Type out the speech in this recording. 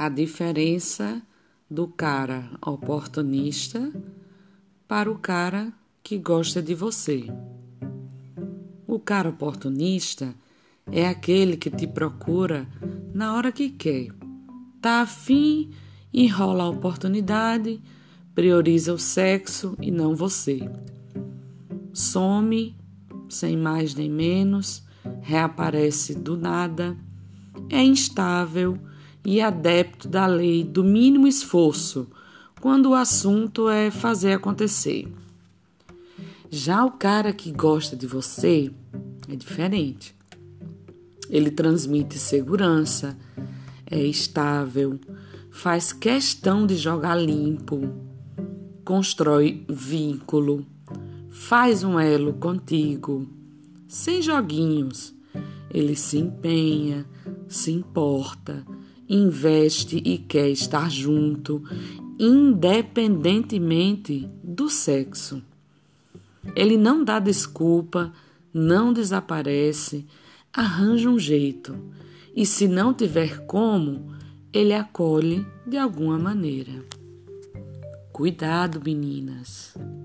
A diferença do cara oportunista para o cara que gosta de você. O cara oportunista é aquele que te procura na hora que quer. Tá afim, enrola a oportunidade, prioriza o sexo e não você. Some, sem mais nem menos, reaparece do nada, é instável e adepto da lei do mínimo esforço, quando o assunto é fazer acontecer. Já o cara que gosta de você é diferente. Ele transmite segurança, é estável, faz questão de jogar limpo, constrói vínculo, faz um elo contigo, sem joguinhos. Ele se empenha, se importa, investe e quer estar junto, independentemente do sexo. Ele não dá desculpa, não desaparece, arranja um jeito. E se não tiver como, ele acolhe de alguma maneira. Cuidado, meninas!